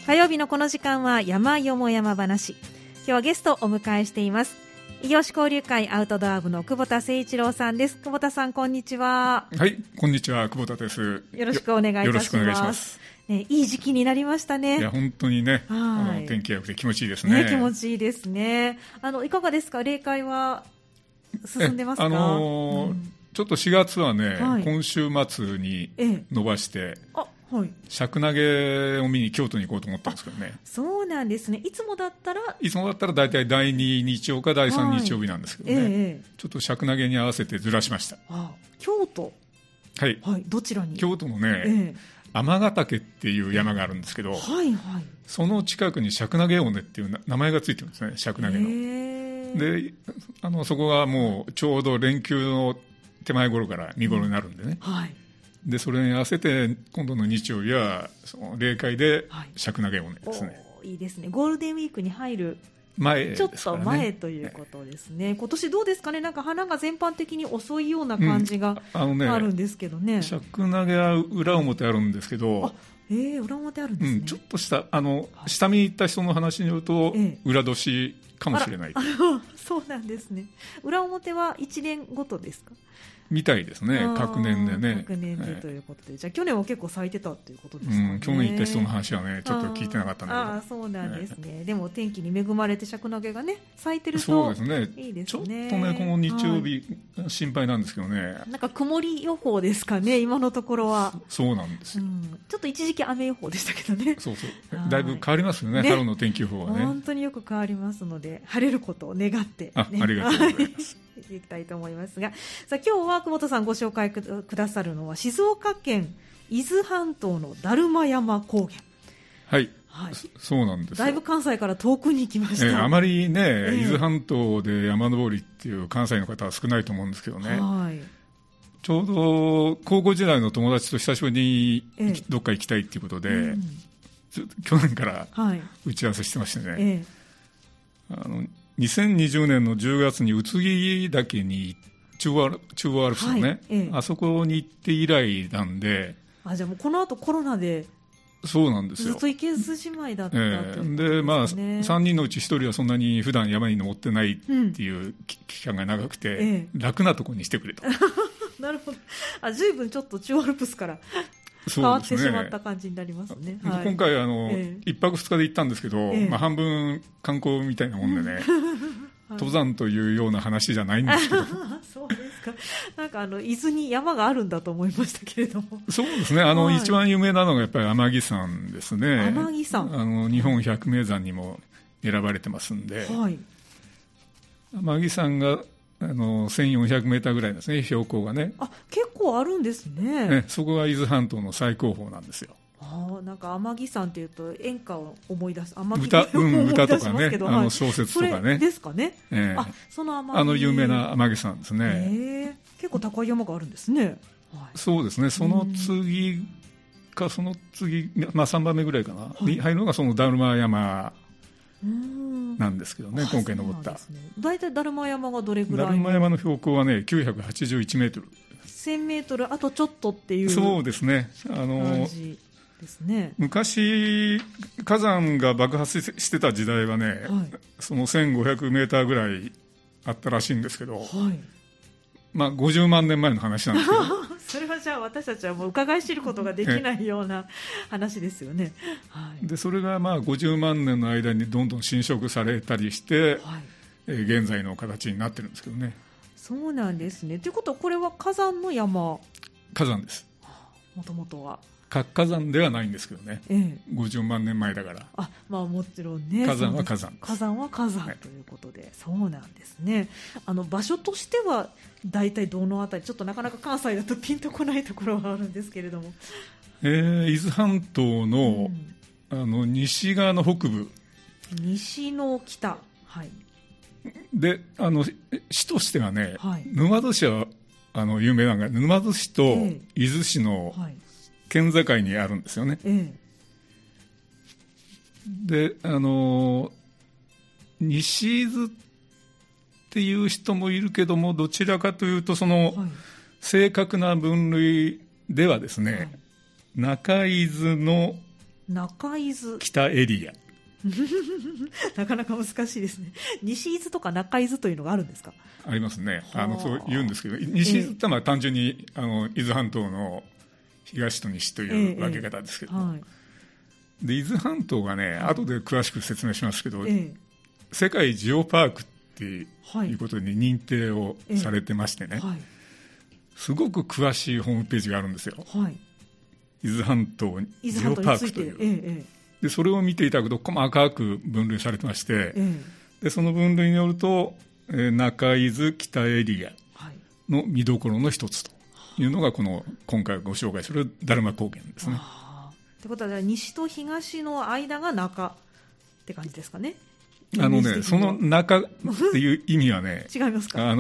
火曜日のこの時間は山よも山話。今日はゲストをお迎えしています。異業種交流会アウトドア部の久保田誠一郎さんです。久保田さん、こんにちは。 はい、こんにちは、久保田です。 よろしくお願いいたします。 よろしくお願いします。 いい時期になりましたね。 いや、本当にね、天気が良くて気持ちいいですね。 気持ちいいですね。いかがですか、例会は進んでますか？ちょっと4月はね、今週末に伸ばして、尺投げを見に京都に行こうと思ったんですけどね。 そうなんですね。いつもだったら大体第2日曜か第3日曜日なんですけどね、ちょっと尺投げに合わせてずらしました。 京都、はい、どちらに？ 京都のね、天ヶ岳っていう山があるんですけど、その近くに尺投げ尾根っていう名前がついてるんですね、尺投げの。で、そこがもうちょうど連休の手前頃から見頃になるんでね、でそれに合わせて今度の日曜日はその例会で尺投げ尾根ですね。 いいですね。ゴールデンウィークに入る前ですからね、 ちょっと前ということですね。今年どうですかね。なんか花が全般的に遅いような感じがあるんですけどね。 尺投げは裏表あるんですけど、 裏表あるんですね。 ちょっとした下見に行った人の話によると、裏年かもしれない。 そうなんですね。裏表は1年ごとですか？ みたいですね。各年でね。 各年でということで、じゃあ去年は結構咲いてたということですかね。 去年行った人の話はね、ちょっと聞いてなかったんだけど。 そうなんですね。でも天気に恵まれて尺投げがね咲いてるといいですね。 ちょっとね、この日曜日、心配なんですけどね。 なんか曇り予報ですかね、今のところは。 そうなんですよ。 ちょっと一時期雨予報でしたけどね。 そうだいぶ変わりますよね、春の天気予報はね。 本当によく変わりますので、晴れることを願ってありがとうございます。 いきたいと思いますが、さあ今日は久保田さんご紹介くださるのは静岡県伊豆半島のだるま山高原。 はい、そうなんですよ。 だいぶ関西から遠くに行きました。 あまりね、伊豆半島で山登りっていう関西の方は少ないと思うんですけどね、ちょうど高校時代の友達と久しぶりにどっか行きたいっていうことで、去年から打ち合わせしてましてね、2020年の10月に宇津木岳に中央アルプスのね、あそこに行って以来なんで。 じゃあもうこの後コロナでそうなんですよ。 ずっと行けずじまいだったということですね。 で、3人のうち1人はそんなに普段山に登ってないっていう期間が長くて、楽なところにしてくれと。 なるほど。随分ちょっと中央アルプスから変わってしまった感じになりますね。 今回1泊2日で行ったんですけど、半分観光みたいなもんでね、登山というような話じゃないんですけどそうですか。なんか伊豆に山があるんだと思いましたけれども。 そうですね。一番有名なのがやっぱり天城山ですね。 天城山、 日本百名山にも選ばれてますんで、天城山が1400メーターぐらいですね、標高がね。 結構あるんですね。 そこが伊豆半島の最高峰なんですよ。 なんか天城山というと演歌を思い出す。 歌とかね、小説とかね。 それですかね。その天城、 有名な天城山ですね。 結構高い山があるんですね。 そうですね。その次かその次、3番目ぐらいかなに入るのがそのだるま山なんですけどね、今回登った。 だいたいだるま山がどれぐらい？ だるま山の標高はね、981メートル。 1000メートルあとちょっとっていう。 そうですね。 感じですね。 昔火山が爆発してた時代はね、その1500メーターぐらいあったらしいんですけど、50万年前の話なんですけどそれはじゃあ私たちはもう伺い知ることができないような話ですよね。 でそれが50万年の間にどんどん侵食されたりして、現在の形になってるんですけどね。 そうなんですね。ということはこれは火山の山？ 火山です。 もともとは活火山ではないんですけどね、50万年前だから。 もちろんね、 火山は火山、 火山は火山ということで、そうなんですね。場所としては大体どのあたり、ちょっとなかなか関西だとピンとこないところはあるんですけれども、 伊豆半島の、西側の北部、 西の北、 で市としてはね、沼津市は有名なのが沼津市と伊豆市の、県境にあるんですよね。で西伊豆っていう人もいるけども、どちらかというとその、正確な分類ではですね、中伊豆の中伊豆北エリアなかなか難しいですね。西伊豆とか中伊豆というのがあるんですか？ ありますね。そう言うんですけど、西伊豆ってのは単純に伊豆半島の東と西という分け方ですけど、はい、で伊豆半島がね、後で詳しく説明しますけど、世界ジオパークっていうことで認定をされてましてね、はい、すごく詳しいホームページがあるんですよ、はい、伊豆半島ジオパークという、でそれを見ていただくと細かく分類されてまして、でその分類によると、中伊豆北エリアの見どころの一つというのが今回ご紹介するダルマ高原ですね。 ということは西と東の間が中って感じですかね。 その中っていう意味はね違いますか？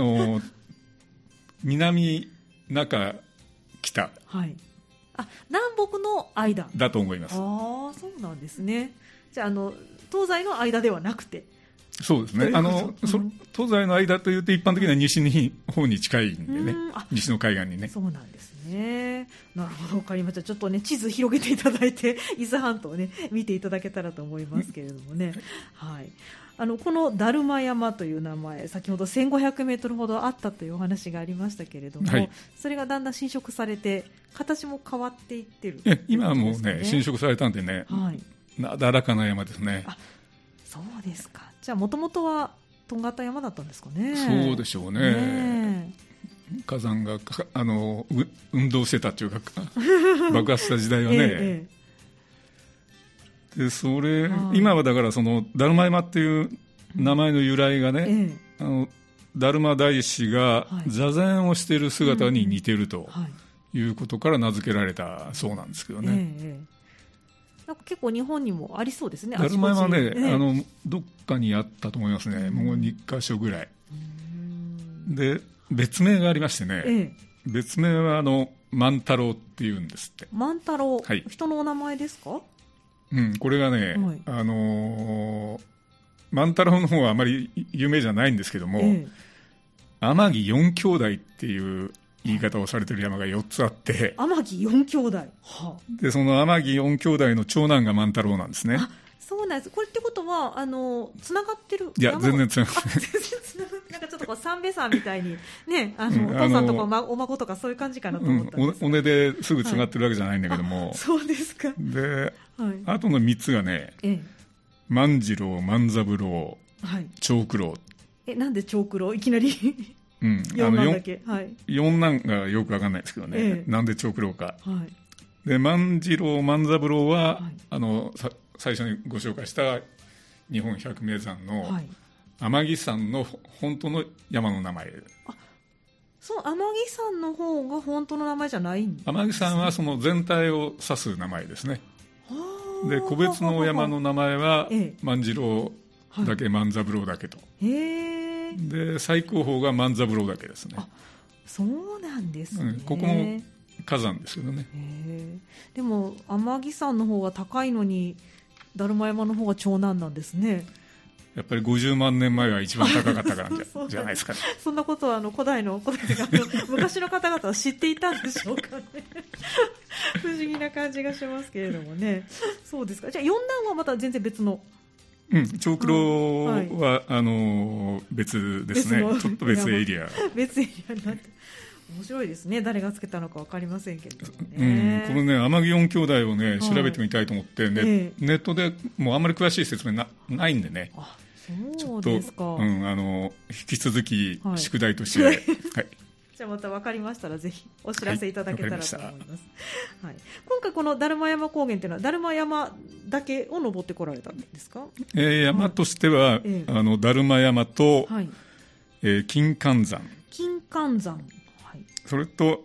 南中北、 はい、南北の間だと思います。 そうなんですね。じゃあ東西の間ではなくて。 そうですね。東西の間というと一般的には西の方に近いんでね、西の海岸にね。 そうなんですね。なるほど、分かりました。ちょっとね地図広げていただいて伊豆半島をね見ていただけたらと思いますけれどもね、はい、このだるま山という名前、先ほど1500メートルほどあったというお話がありましたけれども、はい、それがだんだん侵食されて形も変わっていってる、 今はもうね侵食されたんでね、はい、なだらかな山ですね。 そうですか。じゃあもともとはとんがった山だったんですかね。 そうでしょうね。火山が運動してたというか爆発した時代はね、で今はだからそのだるま山っていう名前の由来がね、だるま大師が座禅をしている姿に似ているということから名付けられたそうなんですけどね。 なんか結構日本にもありそうですね。 だるま山はね、どっかにあったと思いますね。もう2カ所ぐらいで別名がありましてね、別名は万太郎っていうんですって。 万太郎、はい、人のお名前ですか？ これがね、はい、万太郎の方はあまり有名じゃないんですけども、天城四兄弟っていう言い方をされている山が4つあって、 天城四兄弟、 でその天城四兄弟の長男が万太郎なんですね。 そうなんです。これってことはつながってる？ いや全然つながってないなんかちょっと三瓶さんみたいにね、お父さんとかお孫とかそういう感じかなと思ったんです、 おねですぐつながってるわけじゃないんだけども、 そうですか。 で、あとの3つがね、万次郎、万三郎、長九郎。 なんで長九郎いきなり四男だけ、四男がよくわかんないですけどね、なんで長九郎か、で万次郎、万三郎は、最初にご紹介した日本百名山の天城山の本当の山の名前。 そう、天城山の方が本当の名前じゃないんですか？ 天城山はその全体を指す名前ですね。で個別の山の名前は万次郎だけ、万三郎だけと。で最高峰が万三郎だけですね。 そうなんですね。 ここも火山ですけどね。 でも天城山の方が高いのにだるま山の方が長男なんですね。 やっぱり50万年前は一番高かったからじゃないですかね。 そんなことは古代の昔の方々は知っていたんでしょうかね。不思議な感じがしますけれどもね。そうですか。じゃあ四男はまた全然別の。 長九郎は、別ですね。ちょっと別エリア。 別エリアになって。面白いですね。誰がつけたのか分かりませんけどね。 このね天城四兄弟をね調べてみたいと思って、ネットでもうあんまり詳しい説明ないんでね。 そうですか。 引き続き宿題として、はいじゃあまた分かりましたらぜひお知らせいただけたらと思います。今回このだるま山高原というのはだるま山だけを登ってこられたんですか？ 山としては、だるま山と、金環山。 金環山。 それと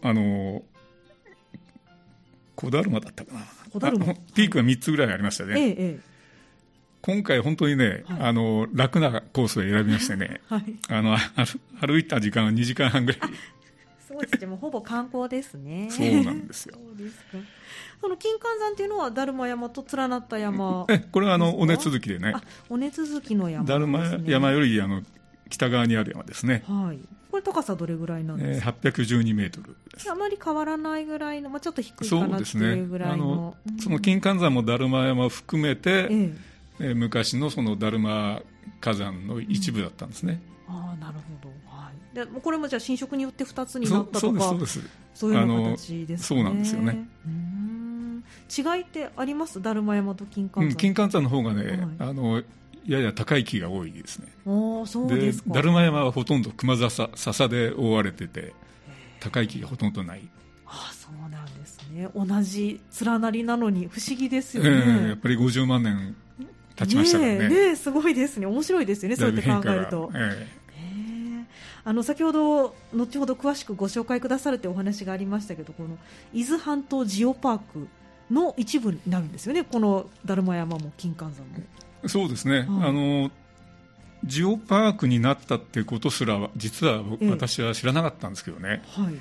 小だるまだったかな。ピークが3つぐらいありましたね。今回本当にね、楽なコースを選びましてね、歩いた時間は2時間半ぐらい。 そうですね、もうほぼ観光ですね。 そうなんですよ。 そうですか。その金環山っていうのはだるま山と連なった山。 これは尾根続きでね。 尾根続きの山、 だるま山より北側にある山ですね。 はい、これ高さどれぐらいなんですか。 812メートルです。 あまり変わらないぐらいの、ちょっと低いかなっていうぐらいの。 その金環山も達磨山を含めて、昔のその達磨火山の一部だったんですね。 なるほど、はい、でこれもじゃあ浸食によって2つになったとか、そういうような形ですね。 そうなんですよね。 違いってあります？達磨山と金環山。 金環山の方がね、やや高い木が多いですね。 そうですか。 達磨山はほとんど熊笹で覆われてて、高い木がほとんどない。 そうなんですね。同じ連なりなのに不思議ですよね。 やっぱり50万年経ちましたからね。 すごいですね。面白いですよね、そうやって考えると。先ほど後ほど詳しくご紹介くださるというお話がありましたけど、この伊豆半島ジオパークの一部になるんですよね、この達磨山も金環山も。 そうですね、ジオパークになったっていうことすら実は私は知らなかったんですけどね、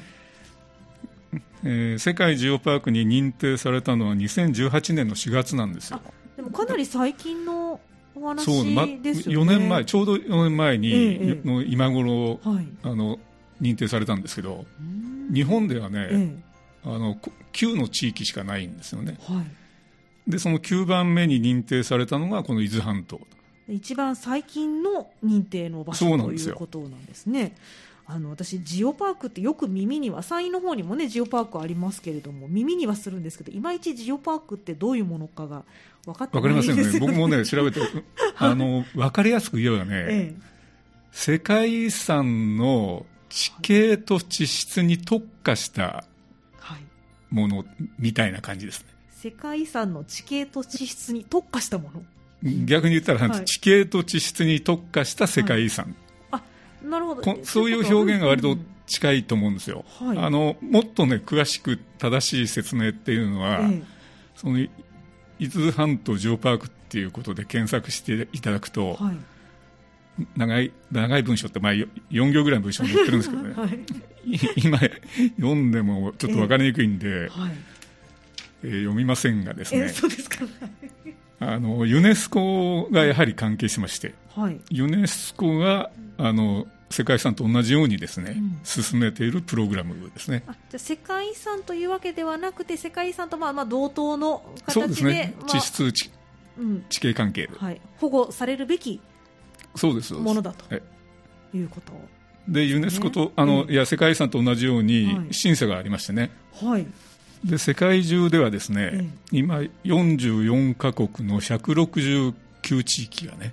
世界ジオパークに認定されたのは2018年の4月なんですよ。 でもかなり最近のお話ですよね。 4年前、ちょうど4年前に、今頃、認定されたんですけど、日本ではね、9の地域しかないんですよね。でその9番目に認定されたのがこの伊豆半島。 一番最近の認定の場所ということなんですね。私ジオパークってよく耳には、山陰の方にもねジオパークありますけれども、耳にはするんですけど、いまいちジオパークってどういうものかが分かってないですよね。 分かりませんよね。僕もね調べて分かりやすく言えばね、世界遺産の地形と地質に特化したものみたいな感じですね。 世界遺産の地形と地質に特化したもの。 逆に言ったら、地形と地質に特化した世界遺産、 なるほど。 そういう表現が割と近いと思うんですよ。もっとね詳しく正しい説明っていうのは、その伊豆半島ジオパークっていうことで検索していただくと、長い文章って4行ぐらいの文章載ってるんですけどね、今読んでもちょっと分かりにくいんで、読みませんがですね、 そうですか。 ユネスコがやはり関係しまして、ユネスコが世界遺産と同じようにですね、進めているプログラムですね。 じゃあ世界遺産というわけではなくて、世界遺産と同等の形で、 そうですね、地質地形関係で、 保護されるべきものだということで、ユネスコと世界遺産と同じように審査がありましてね、で世界中ではですね、今44カ国の169地域がね、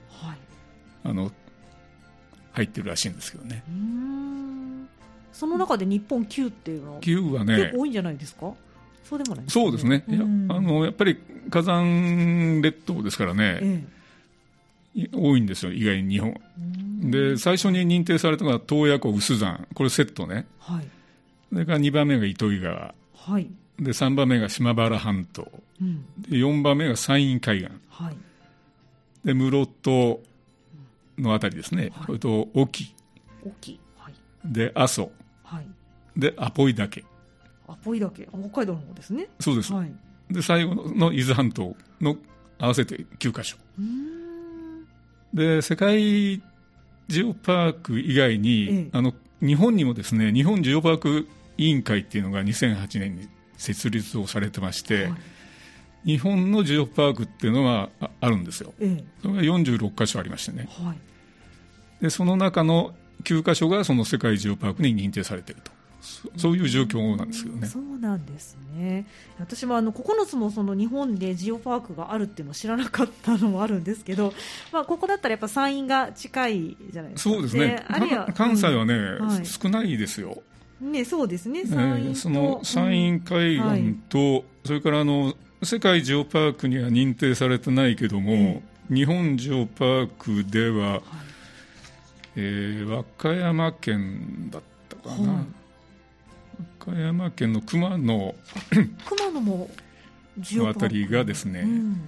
入ってるらしいんですけどね。 その中で日本9っていうのは 9はね結構多いんじゃないですか。そうでもないですかね。 そうですね。やっぱり火山列島ですからね、多いんですよ、意外に日本で。最初に認定されたのが洞爺湖有珠山、これセットね、それから2番目が糸魚川、で3番目が島原半島、で4番目が山陰海岸、で室戸のあたりですね、それと隠岐、で阿蘇、でアポイ岳、 北海道の方ですね。 そうです、で最後の伊豆半島の合わせて9カ所で、世界ジオパーク以外に、日本にもですね、日本ジオパーク委員会っていうのが2008年に設立をされてまして、日本のジオパークっていうのがあるんですよ。それが46カ所ありましてね、でその中の9カ所がその世界ジオパークに認定されていると、そういう状況なんですけどね。 そうなんですね。私も9つもその日本でジオパークがあるっていうのを知らなかったのもあるんですけど、ここだったらやっぱ山陰が近いじゃないですか。 そうですね。関西はね、少ないですよ。 そうですね。 その山陰海岸と、それから世界ジオパークには認定されてないけども、日本ジオパークでは、和歌山県だったかな、和歌山県の熊野もジオパークのあたりがですね、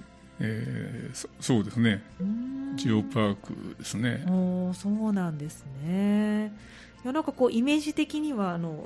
そうですね、ジオパークですね。 そうなんですね。いや、なんかこうイメージ的には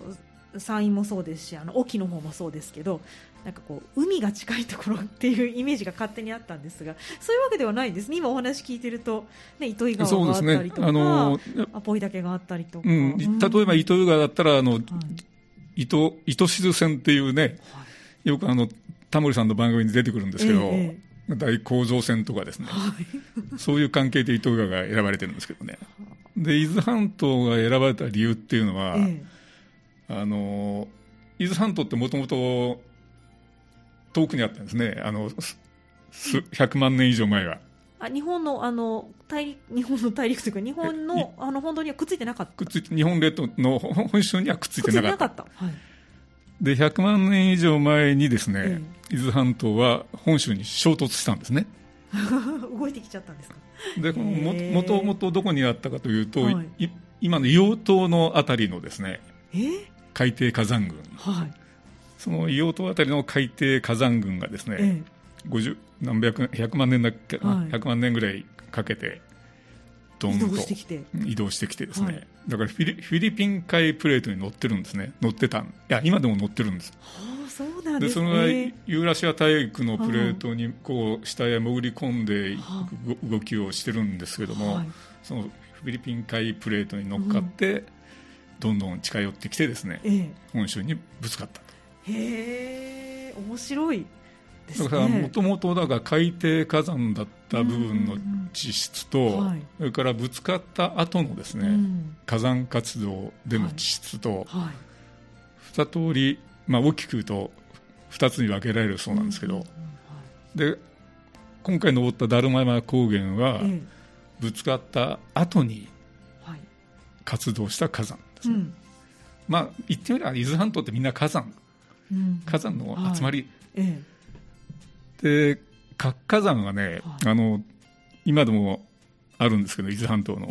山陰もそうですし、隠岐の方もそうですけど、なんかこう海が近いところっていうイメージが勝手にあったんですが、そういうわけではないんですね。今お話聞いてると、ね、糸魚川があったりとか、アポイ岳があったりとか、例えば糸魚川だったら糸静線っていうね、よくタモリさんの番組に出てくるんですけど、大構造線とかですね、そういう関係で糸魚川が選ばれてるんですけどね。で、伊豆半島が選ばれた理由っていうのは、伊豆半島ってもともと遠くにあったんですね。100万年以上前は。 日本の大陸というか、日本の本土にはくっついてなかった。 日本列島の本州にはくっついてなかった。 はい、 で、100万年以上前にですね、伊豆半島は本州に衝突したんですね。 動いてきちゃったんですか。 で、もともとどこにあったかというと、今の硫黄島のあたりのですね、海底火山群、その硫黄島あたりの海底火山群がですね、100万年だっけ、100万年ぐらいかけてどんと移動してきてですね、だからフィリピン海プレートに乗ってるんですね。乗ってた。いや、今でも乗ってるんです。 そうなんですね。 で、そのユーラシア大陸のプレートにこう下へ潜り込んで動きをしてるんですけども、そのフィリピン海プレートに乗っかって、どんどん近寄ってきてですね、本州にぶつかったと。 へー、面白いですね。 だからもともと海底火山だった部分の地質と、それからぶつかった後のですね、火山活動での地質と、二通り、大きく言うと2つに分けられるそうなんですけど、で今回登った達磨山高原は、ぶつかった後に活動した火山ですね。言ってみれば伊豆半島ってみんな火山の集まり、で活火山がね、今でもあるんですけど、伊豆半島の、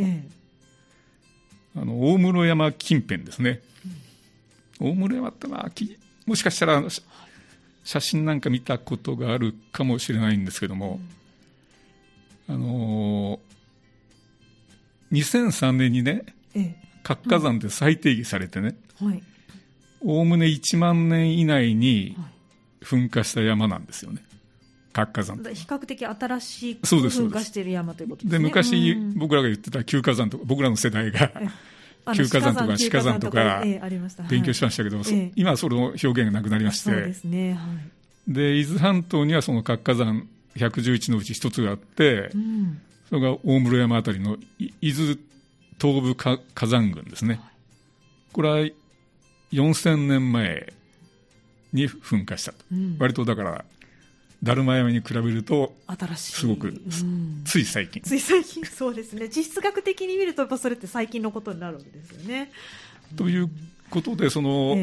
大室山近辺ですね。大室山ってもしかしたら写真なんか見たことがあるかもしれないんですけども、2003年にね、活火山で再定義されてね、おおむね1万年以内に噴火した山なんですよね、活火山。 比較的新しく噴火している山ということですね。 で、昔僕らが言ってた旧火山とか、僕らの世代が旧火山とか死火山とか勉強しましたけど、今はその表現がなくなりまして、で伊豆半島にはその活火山111のうち1つがあって、それが大室山あたりの伊豆東部火山群ですね。これは4000年前に噴火したと、割とだから達磨山に比べるとすごくつい最近そうですね。地質学的に見るとやっぱそれって最近のことになるわけですよね。 ということでそう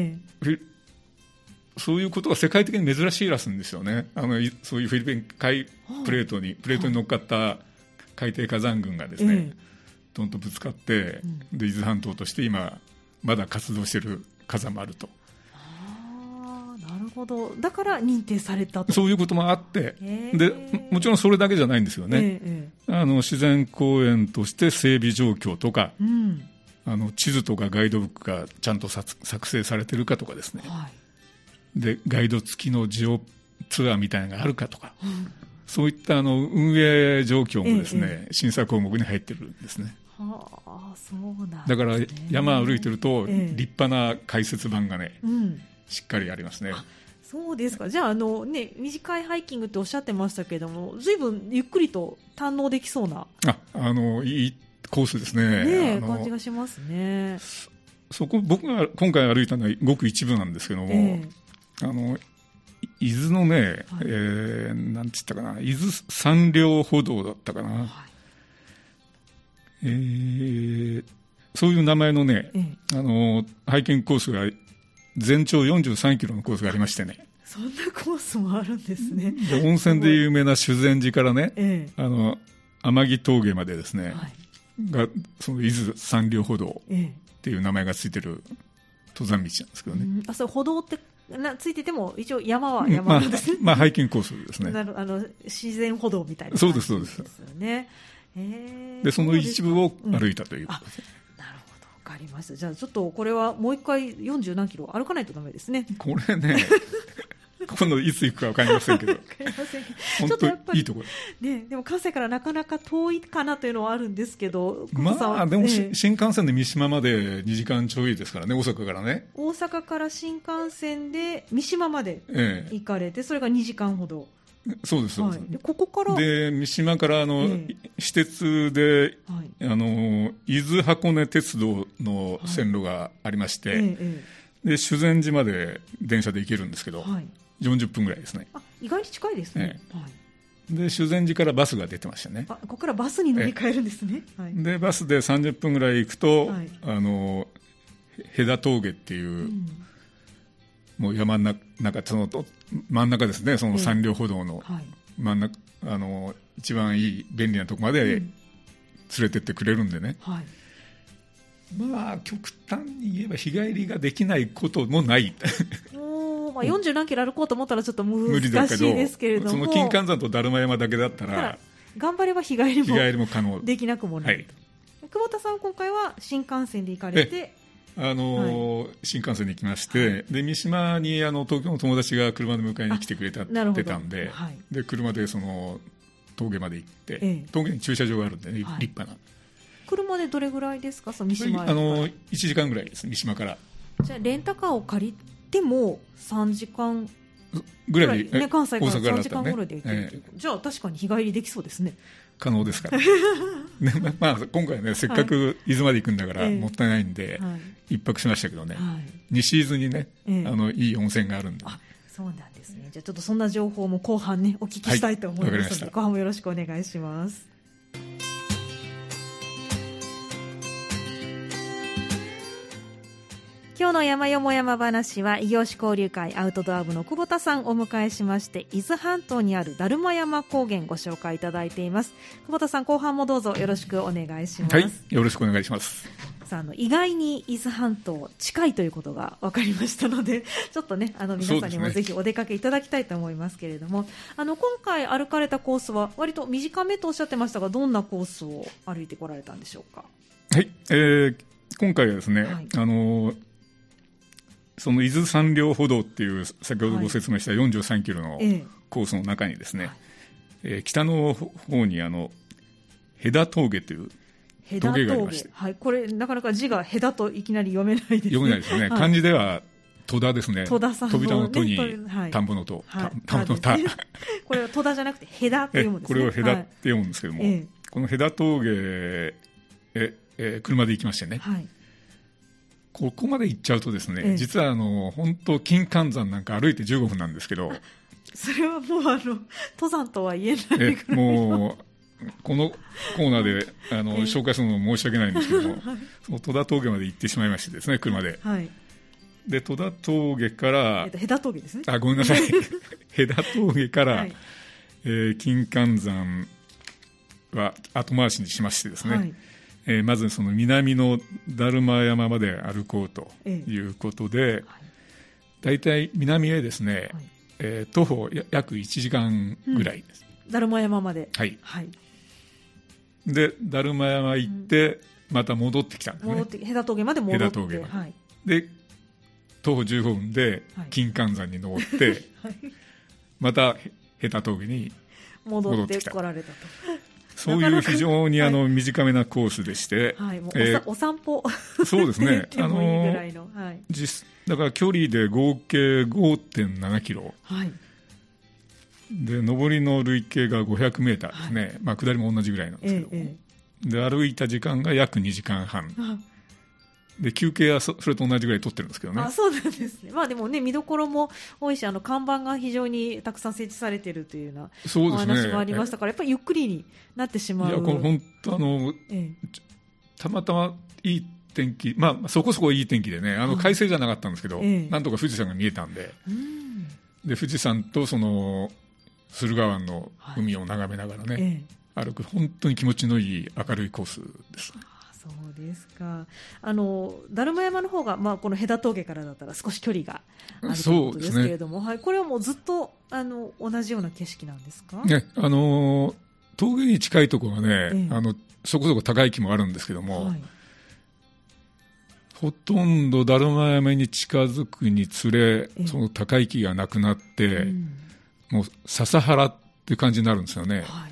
いうことが世界的に珍しいらしいんですよね。そういうフィリピン海プレートに乗っかった海底火山群がですね、どんとぶつかって、で伊豆半島として今まだ活動している火山もあると。 なるほど。だから認定されたと。 そういうこともあって、でもちろんそれだけじゃないんですよね。自然公園として整備状況とか、地図とかガイドブックがちゃんと作成されているかとかですね、でガイド付きのジオツアーみたいなのがあるかとか、そういった運営状況もですね、審査項目に入ってるんですね。 そうなんですね。 だから山歩いてると立派な解説板がね、しっかりありますね。 そうですか。じゃあ短いハイキングっておっしゃってましたけども、随分ゆっくりと堪能できそうな、 いいコースですね。 感じがしますね。 僕が今回歩いたのはごく一部なんですけども、伊豆のね、なんて言ったかな、伊豆山稜歩道だったかな、そういう名前のね、ハイキングコースが全長43キロのコースがありましてね。 そんなコースもあるんですね。 で温泉で有名な修善寺からね、天城峠までですね、がその伊豆山稜歩道っていう名前がついてる登山道なんですけどね。 そう歩道ってついてても一応山は山なんですね。 ハイキングコースですね。 自然歩道みたいな感じですよね。 でその一部を歩いたということです。 なるほど。 かりました。じゃあちょっとこれはもう一回40何キロ歩かないとダメですね。 これね今度いつ行くか分かりませんけど本当にいいところ、 ね、でも関西からなかなか遠いかなというのはあるんですけど、 まあでも、新幹線で三島まで2時間ちょいですからね、大阪からね。 大阪から新幹線で三島まで行かれて、それが2時間ほど。 そうです、そうです、 でここからで三島から私鉄で、伊豆箱根鉄道の線路がありまして、で修善寺まで電車で行けるんですけど、40分ぐらいですね。 意外に近いですね。 で修善寺からバスが出てましたね。 ここからバスに乗り換えるんですね。 でバスで30分ぐらい行くと、戸田峠っていう、もう山の中、その真ん中ですね、その山稜歩道の真ん中、一番いい便利なところまで連れてってくれるんでね、まあ極端に言えば日帰りができないこともない 40何キロ歩こうと思ったらちょっと難しいですけれども、 その金環山と達磨山だけだったら頑張れば日帰りも可能できなくもない、久保田さん今回は新幹線で行かれて、 新幹線に行きまして、で三島に東京の友達が車で迎えに来てくれてたんで、で車でその峠まで行って、峠に駐車場があるんで、ね、立派な。 車でどれぐらいですか、その三島へ。 1時間ぐらいです、三島から。 じゃあレンタカーを借りても3時間ぐらいで、 関西から3時間ぐらいで行けるという、じゃあ確かに日帰りできそうですね。 可能ですからまあ、今回は、ね、せっかく伊豆まで行くんだからもったいないんで、一泊しましたけどね、西伊豆にね、いい温泉があるんで。 そうなんですね。じゃあちょっとそんな情報も後半ねお聞きしたいと思いますので、後半もよろしくお願いします。今日の山よも山話は異業種交流会アウトドア部の久保田さんをお迎えしまして、伊豆半島にある達磨山高原ご紹介いただいています。久保田さん、後半もどうぞよろしくお願いします。 よろしくお願いします。 さあ、意外に伊豆半島近いということが分かりましたので、ちょっとね皆さんにもぜひお出かけいただきたいと思いますけれども、今回歩かれたコースは割と短めとおっしゃってましたが、どんなコースを歩いてこられたんでしょうか。 はい、今回はですね、その伊豆山稜歩道っていう先ほどご説明した43キロのコースの中にですね、北の方に戸田峠という峠がありまして、 これなかなか字が戸田といきなり読めないですね。 読めないですね、漢字では戸田ですね。 戸田さんの扉の戸に田んぼの戸、田んぼの田これは戸田じゃなくて戸田って読むんですね。 これを戸田って読むんですけども、この戸田峠へ車で行きましてね、ここまで行っちゃうとですね、実は本当金環山なんか歩いて15分なんですけど、 それはもう登山とは言えないぐらいもうこのコーナーで紹介するのも申し訳ないんですけども、その戸田峠まで行ってしまいましてですね、車で。で戸田峠から戸田峠ですね。 ごめんなさい戸田峠から、金環山は後回しにしましてですね、まずその南の達磨山まで歩こうということで、だいたい南へですね、徒歩約1時間ぐらいです。 達磨山まで。 で達磨山行って、また戻ってきたんですね。 戸田峠まで戻って、 で徒歩15分で金環山に登って、また戸田峠に戻ってきた。 戻ってこられたと。 そういう非常に短めなコースでして、 お散歩そうですねでもいいぐらいの、 だから距離で合計 5.7 キロ、で上りの累計が500メーターですね、下りも同じぐらいなんですけど、で歩いた時間が約2時間半、で休憩はそれと同じぐらい取ってるんですけどね。 そうなんですね。でもね、見どころも多いし、看板が非常にたくさん設置されているというようなお話もありましたから、やっぱりゆっくりになってしまう。 これ本当たまたまいい天気、そこそこいい天気でね、快晴じゃなかったんですけど、なんとか富士山が見えたんで、で富士山とその駿河湾の海を眺めながらね、歩く本当に気持ちのいい明るいコースです。 そうですか。達磨山の方が、この戸田峠からだったら少し距離があるということですけれども、これはもうずっと同じような景色なんですか。 峠に近いところはね、そこそこ高い木もあるんですけども、 ほとんどだるま山に近づくにつれ、その高い木がなくなって、もう笹原っていう感じになるんですよね。はい、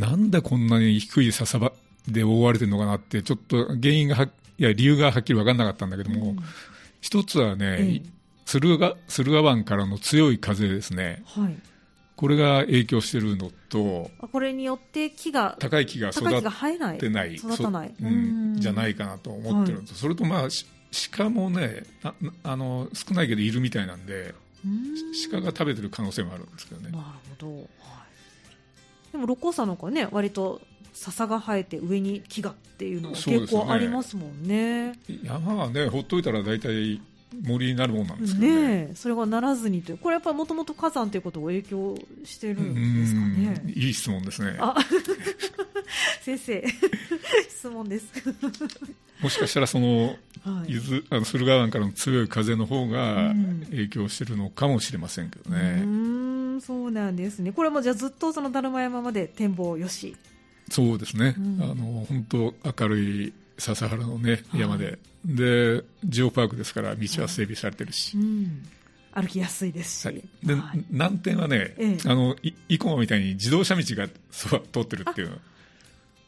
なんでこんなに低い笹場で覆われてるのかなって、ちょっと原因が理由がはっきり分からなかったんだけども、一つはね、駿河湾からの強い風ですね。はい、これが影響しているのと、 これによって高い木が育ってない育たない、 じゃないかなと思ってるのと、それと鹿もね少ないけどいるみたいなんで、鹿が食べてる可能性もあるんですけどね。 なるほど、はい、でも六甲山なんかね、割と笹が生えて上に木がっていうのが結構ありますもんね。 山はね、ほっといたら大体森になるもんなんですけど ね、 それがならずにという、これやっぱりもともと火山ということを影響してるんですかね。 いい質問ですね。 先生質問ですもしかしたら駿河湾からの強い風の方が影響してるのかもしれませんけどね。 そうなんですね。これもじゃあずっとそのだるま山まで展望よし。 そうですね、本当明るい笹原の、ね、山で、でジオパークですから道は整備されてるし、 歩きやすいですし、 はい、で難点はね、生駒みたいに自動車道が通ってるっていう、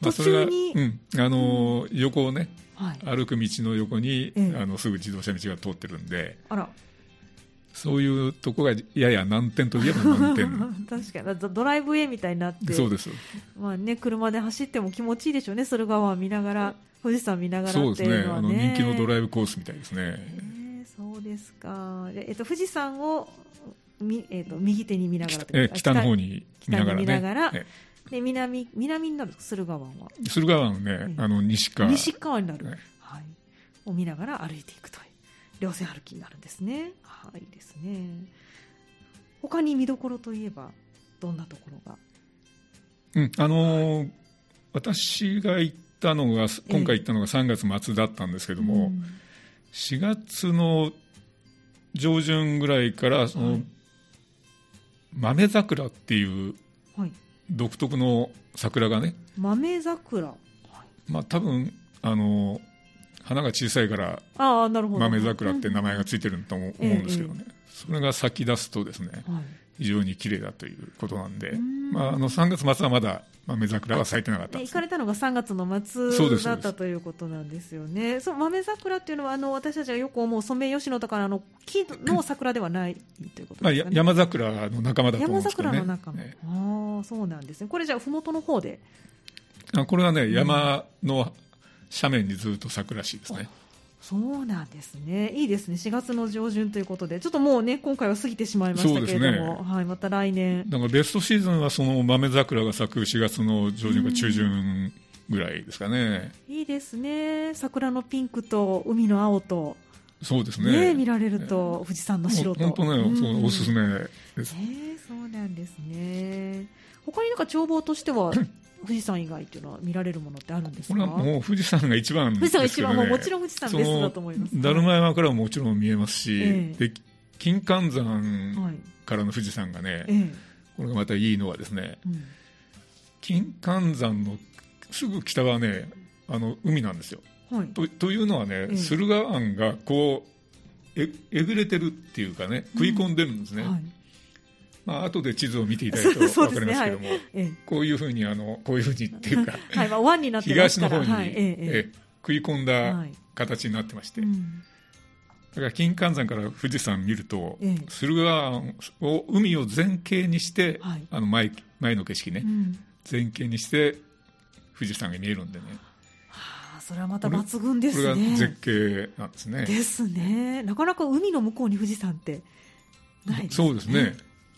それが、横をね、歩く道の横に、すぐ自動車道が通ってるんで、そういうとこがやや難点といえば難点確かにドライブウェイみたいになって、 そうです、 車で走っても気持ちいいでしょうね。駿河湾見ながら、富士山見ながらっていうのはね。 そうですね、人気のドライブコースみたいですね。 そうですか。富士山を右手に見ながら、 北の方に見ながらね。 で南になる駿河湾は、 駿河湾ね、西側になる、を見ながら歩いていくという稜線歩きになるんですね。いいですね。他に見どころといえばどんなところが？ 私が今回行ったのが3月末だったんですけども、4月の上旬ぐらいから豆桜っていう独特の桜がね、 豆桜、 多分花が小さいから豆桜って名前がついてると思うんですけどね、それが咲き出すとですね、非常に綺麗だということなんで、3月末はまだ豆桜は咲いてなかったんです。 行かれたのが3月の末だったということなんですよね。その豆桜っていうのは私たちがよく思うソメイヨシノとか木の桜ではないということですかね。 山桜の仲間だと思うんですけどね。 山桜の仲間、そうなんですね。これじゃあ麓の方で、 これはね、山の斜面にずっと咲くらしいですね。 そうなんですね。いいですね。4月の上旬ということで、ちょっともうね、今回は過ぎてしまいましたけれども、また来年。 だからベストシーズンはその豆桜が咲く4月の上旬か中旬ぐらいですかね。 いいですね。桜のピンクと海の青と、 そうですね。 見られると、富士山の白と。 本当ね、おすすめです。 そうなんですね。他に眺望としては、富士山以外というのは見られるものってあるんですか？ これはもう富士山が一番ですけどね。富士山が一番、 もちろん富士山ベストだと思います。 だるま山からももちろん見えますし、で金環山からの富士山がね、これがまたいいのはですね、金環山のすぐ北はね、海なんですよ。というのはね、駿河湾がこうえぐれてるっていうかね、食い込んでるんですね。後で地図を見ていただくと分かりますけども、こういうふうにっていうか、 湾になってますから、 東の方に食い込んだ形になってまして、だから金環山から富士山見ると、駿河湾を海を前景にして、前の景色ね、前景にして富士山が見えるんでね。 それはまた抜群ですね。 これが絶景なんですね。 ですね。なかなか海の向こうに富士山ってないですね。 そうですね。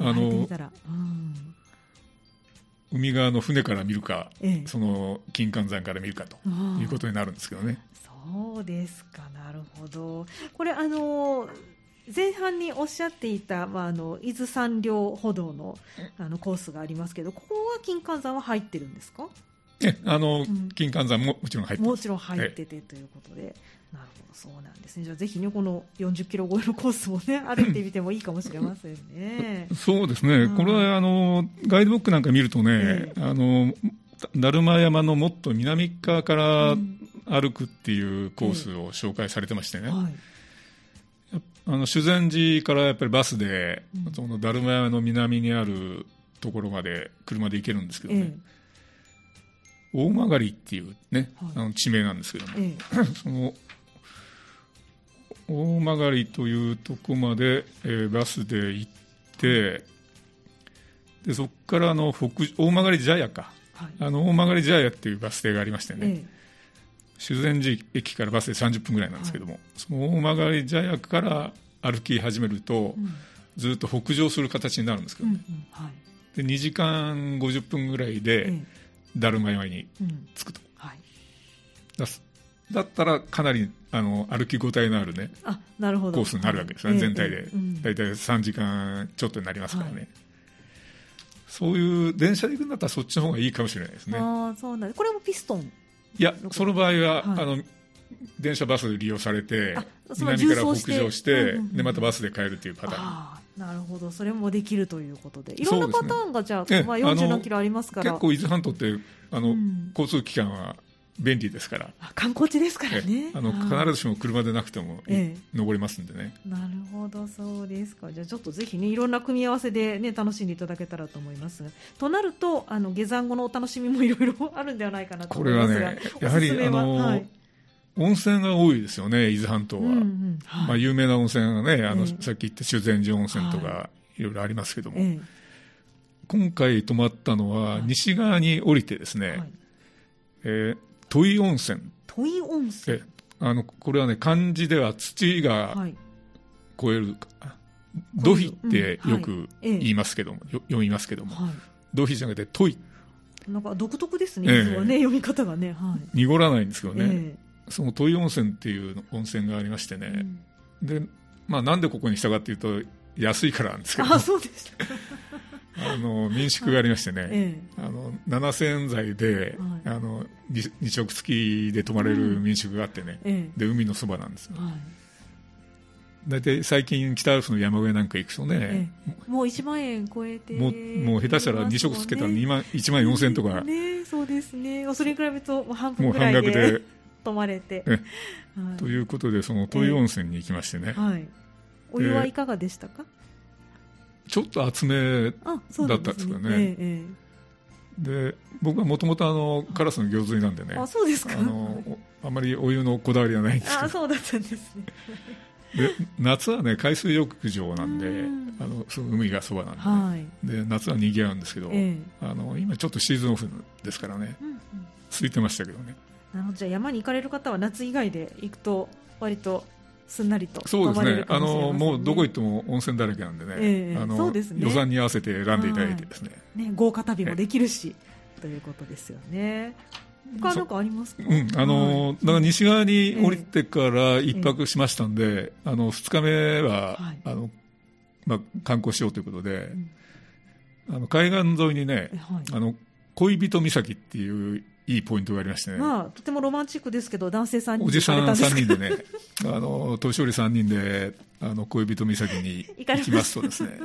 海側の船から見るか、その金環山から見るかということになるんですけどね。 そうですか、なるほど。これ前半におっしゃっていた、伊豆山稜歩道の、コースがありますけど、ここは金環山は入ってるんですか？ 金環山ももちろん入ってます。 もちろん入っててということで、なるほど、そうなんですね。じゃあぜひね、この40キロ超えのコースもね、歩いてみてもいいかもしれませんね。 そうですね。これはガイドブックなんか見るとね、だるま山のもっと南側から歩くっていうコースを紹介されてましてね、修善寺からやっぱりバスで、その達磨山の南にあるところまで車で行けるんですけどね、大曲っていう、ね、地名なんですけども、その大曲というとこまで、バスで行って、でそこから大曲茶屋か、大曲茶屋っていうバス停がありましてね、修善寺駅からバスで30分ぐらいなんですけども、その大曲茶屋から歩き始めると、ずっと北上する形になるんですけどね、で2時間50分ぐらいで達磨山に着くと、だったらかなり歩き応えのあるね、 なるほどコースになるわけですね、全体でだいたい3時間ちょっとになりますからね、そういう電車で行くんだったらそっちの方がいいかもしれないですね。 そうなんです。これもピストン？ いや、その場合は、電車バスで利用されて南から北上して、でまたバスで帰るというパターン。 なるほど、それもできるということで、いろんなパターンがじゃあ、40何キロありますから、 結構伊豆半島って交通機関は便利ですから、 観光地ですからね、 必ずしも車でなくても登れますんでね。 なるほど、そうですか。じゃあちょっとぜひね、いろんな組み合わせで、ね、楽しんでいただけたらと思いますが、となると下山後のお楽しみもいろいろあるんではないかなと思いますが、これはね、 やはり温泉が多いですよね、伊豆半島は。有名な温泉がね、さっき言った修善寺温泉とかいろいろありますけども、今回泊まったのは西側に降りてですね、土井温泉。 土井温泉。 これはね、漢字では土が超える、土肥ってよく言いますけども、読みますけども、土肥じゃなくて土井。 なんか独特ですね、読み方がね。 濁らないんですけどね。その土井温泉っていう温泉がありましてね、でなんでここにしたかっていうと安いからなんですけど、 そうでした民宿がありましてね、7000円台で、2食付きで泊まれる民宿があってね、で海のそばなんですよ。だいたい最近北アルプスの山小屋なんか行くとね、 もう1万円超えて、 もう下手したら2食つけたら1万4000円とか、 そうですね、それに比べると半分ぐらいで泊まれて、 ということでその土井温泉に行きましてね、 お湯はいかがでしたか？ ちょっと厚めだったんですけどね。で僕はもともとカラスの行水なんでね、 そうですか。 あまりお湯のこだわりはないんですけど、 そうだったんですね。 で夏はね海水浴場なんで、その海がそばなんで、で夏は賑わうんですけど、今ちょっとシーズンオフですからね、空いてましたけどね。 なるほど、じゃあ山に行かれる方は夏以外で行くと割とすんなりと。 そうですね、もうどこ行っても温泉だらけなんでね、 そうですね、 予算に合わせて選んでいただいてですね、 豪華旅もできるし、ということですよね。他何かありますか？だから西側に降りてから一泊しましたんで、2日目は、観光しようということで、海岸沿いにね、恋人岬っていういいポイントがありましてね、 とてもロマンチックですけど、男性3人おじさん3人でね年寄り3人で恋人岬に行きますとですね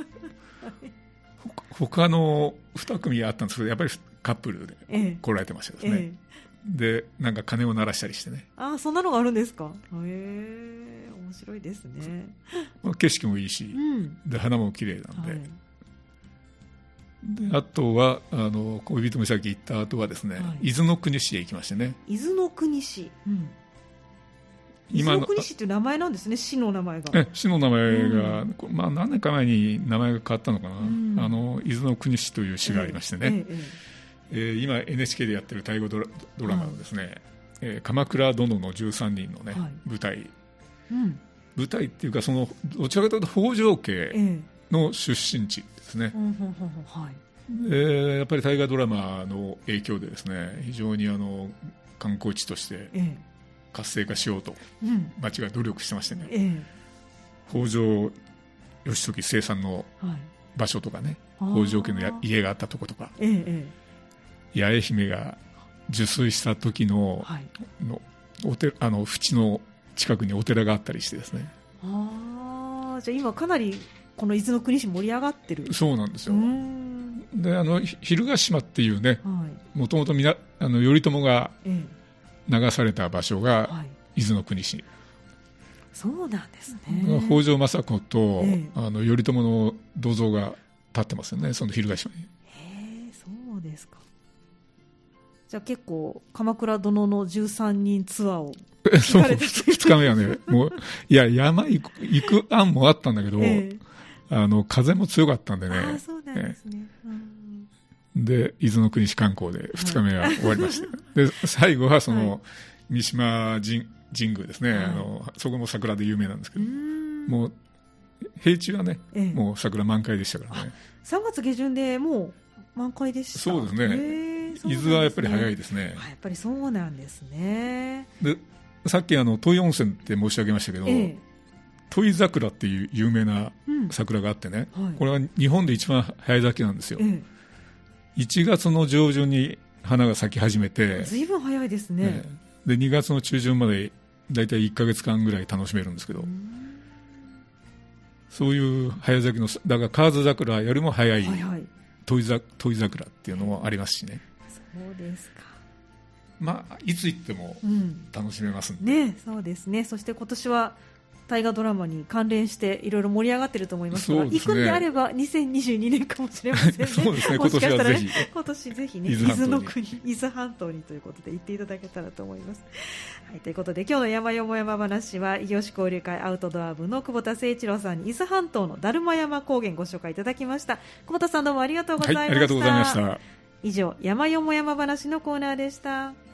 他の2組あったんですけど、やっぱりカップルで来られてましたですね、でなんか鐘を鳴らしたりしてね。 そんなのがあるんですか？面白いですね。 景色もいいし、で花も綺麗なんで、であとは恋人岬行った後はですね、伊豆の国市へ行きましてね。 伊豆の国市、伊豆の国市っていう名前なんですね、市の名前が。 市の名前が、何年か前に名前が変わったのかな、伊豆の国市という市がありましてね、今 NHK でやってる大河ドラマのですね、鎌倉殿の13人のね、舞台っていうか、そのどちらかというと北条家の出身地ですね。やっぱり大河ドラマの影響でですね、非常に観光地として活性化しようと町が努力してましてね、北条義時生産の場所とかね、北条家の家があったとことか、八重姫が受水した時の淵の近くにお寺があったりしてですね。 じゃあ今かなりこの伊豆の国市盛り上がってる。 そうなんですよ。で蛭ヶ島っていうね、もともと頼朝が流された場所が伊豆の国市、 そうなんですね。 北条政子と、頼朝の銅像が立ってますよね、その翻しに。 そうですか。じゃあ結構鎌倉殿の13人ツアーをそう2日目はね、もういや山行く案もあったんだけど、風も強かったんでね。 そうなんですね。 で伊豆の国市観光で2日目は終わりました。で最後はその、三島神宮ですね、そこも桜で有名なんですけど、もう平地はね、もう桜満開でしたからね。 3月下旬でもう満開でした。 そうですね。伊豆はやっぱり早いですね。 やっぱりそうなんですね。 でさっき土井温泉って申し上げましたけど、土井桜っていう有名な桜があってね、これは日本で一番早い咲きなんですよ。1月の上旬に花が咲き始めて、 ずいぶん早いですね。 で2月の中旬までだいたい1ヶ月間ぐらい楽しめるんですけど、そういう早咲きの、だから河津桜よりも早い土井桜っていうのもありますしね。 そうですか。 まあいつ行っても楽しめますんで、 そうですね。そして今年は大河ドラマに関連していろいろ盛り上がっていると思いますが、行くんであれば2022年かもしれませんね。 そうですね。 もしかしたらね、 今今年ぜひね、伊豆の国、伊豆半島にということで行っていただけたらと思います。ということで今日の山よも山話は異業種交流会アウトドア部の久保田誠一郎さんに伊豆半島のだるま山高原ご紹介いただきました。久保田さんどうもありがとうございました。 ありがとうございました。 以上、山よも山話のコーナーでした。